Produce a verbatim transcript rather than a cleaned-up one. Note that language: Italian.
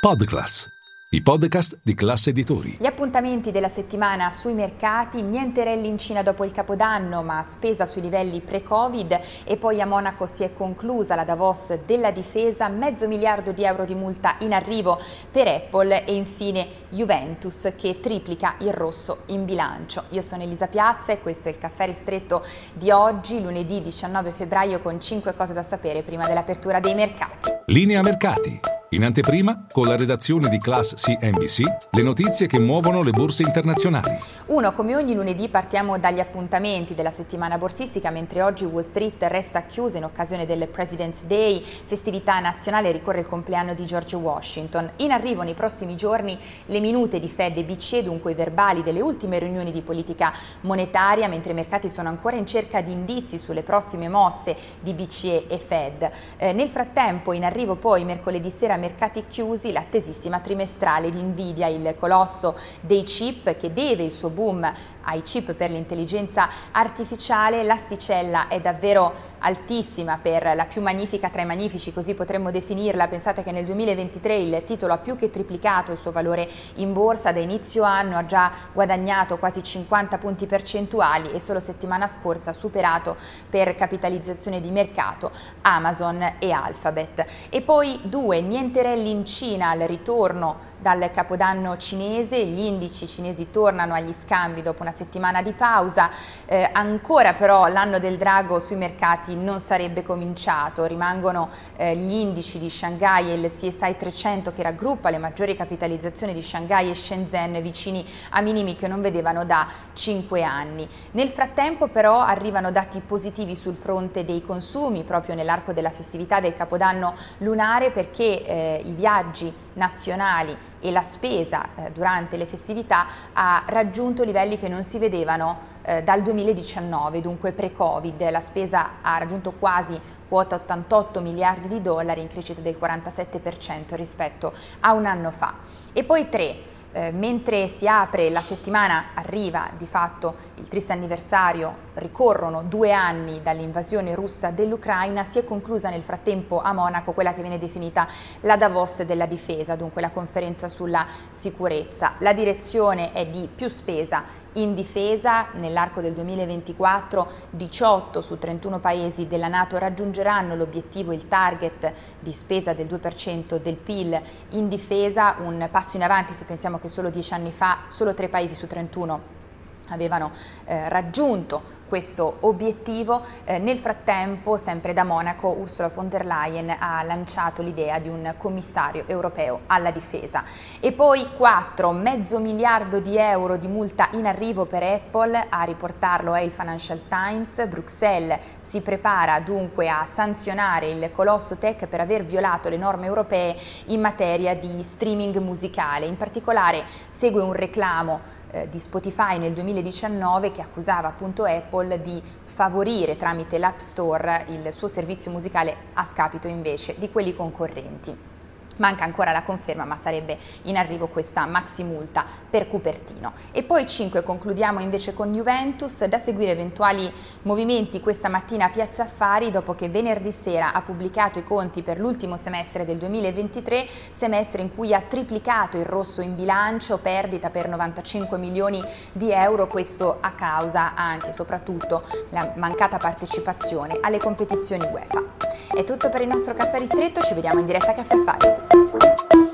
Podclass, i podcast di Class Editori. Gli appuntamenti della settimana sui mercati: niente rally in Cina dopo il Capodanno, ma spesa sui livelli pre-Covid, e poi a Monaco si è conclusa la Davos della difesa, mezzo miliardo di euro di multa in arrivo per Apple e infine Juventus che triplica il rosso in bilancio. Io sono Elisa Piazza e questo è il caffè ristretto di oggi, lunedì diciannove febbraio, con cinque cose da sapere prima dell'apertura dei mercati. Linea mercati. In anteprima, con la redazione di Class C N B C, le notizie che muovono le borse internazionali. Uno, come ogni lunedì partiamo dagli appuntamenti della settimana borsistica, mentre oggi Wall Street resta chiusa in occasione del President's Day, festività nazionale, ricorre il compleanno di George Washington. In arrivo nei prossimi giorni le minute di Fed e B C E, dunque i verbali delle ultime riunioni di politica monetaria, mentre i mercati sono ancora in cerca di indizi sulle prossime mosse di B C E e Fed. Eh, nel frattempo in arrivo poi mercoledì sera mercati chiusi l'attesissima trimestrale di Nvidia, il colosso dei chip che deve il suo boom ai chip per l'intelligenza artificiale. L'asticella è davvero altissima, per la più magnifica tra i magnifici, così potremmo definirla. Pensate che nel duemilaventitré il titolo ha più che triplicato il suo valore in borsa, da inizio anno ha già guadagnato quasi cinquanta punti percentuali e solo settimana scorsa ha superato per capitalizzazione di mercato Amazon e Alphabet. E poi due, niente rally in Cina al ritorno dal Capodanno cinese, gli indici cinesi tornano agli scambi dopo una settimana di pausa, eh, ancora però l'anno del drago sui mercati non sarebbe cominciato, rimangono eh, gli indici di Shanghai e il C S I trecento che raggruppa le maggiori capitalizzazioni di Shanghai e Shenzhen vicini a minimi che non vedevano da cinque anni. Nel frattempo però arrivano dati positivi sul fronte dei consumi proprio nell'arco della festività del Capodanno lunare, perché eh, i viaggi nazionali e la spesa eh, durante le festività ha raggiunto livelli che non si vedevano eh, dal duemiladiciannove, dunque pre-Covid. La spesa ha raggiunto quasi quota ottantotto miliardi di dollari, in crescita del quarantasette per cento rispetto a un anno fa. E poi tre. Eh, mentre si apre la settimana, arriva di fatto il triste anniversario, ricorrono due anni dall'invasione russa dell'Ucraina. Si è conclusa nel frattempo a Monaco quella che viene definita la Davos della difesa, dunque la conferenza sulla sicurezza. La direzione è di più spesa in difesa. Nell'arco del duemilaventiquattro diciotto su trentuno paesi della NATO raggiungeranno l'obiettivo, il target di spesa del due per cento del P I L in difesa, un passo in avanti se pensiamo che solo dieci anni fa solo tre paesi su trentuno avevano eh, raggiunto questo obiettivo. Eh, nel frattempo, sempre da Monaco, Ursula von der Leyen ha lanciato l'idea di un commissario europeo alla difesa. E poi quattro, mezzo miliardo di euro di multa in arrivo per Apple, a riportarlo è il Financial Times. Bruxelles si prepara dunque a sanzionare il colosso tech per aver violato le norme europee in materia di streaming musicale. In particolare segue un reclamo di Spotify nel duemiladiciannove che accusava appunto Apple di favorire tramite l'App Store il suo servizio musicale a scapito invece di quelli concorrenti. Manca ancora la conferma, ma sarebbe in arrivo questa maxi multa per Cupertino. E poi cinque, concludiamo invece con Juventus, da seguire eventuali movimenti questa mattina a Piazza Affari dopo che venerdì sera ha pubblicato i conti per l'ultimo semestre del duemilaventitré, semestre in cui ha triplicato il rosso in bilancio, perdita per novantacinque milioni di euro, questo a causa anche e soprattutto la mancata partecipazione alle competizioni UEFA. È tutto per il nostro caffè ristretto, ci vediamo in diretta a Caffè Affari.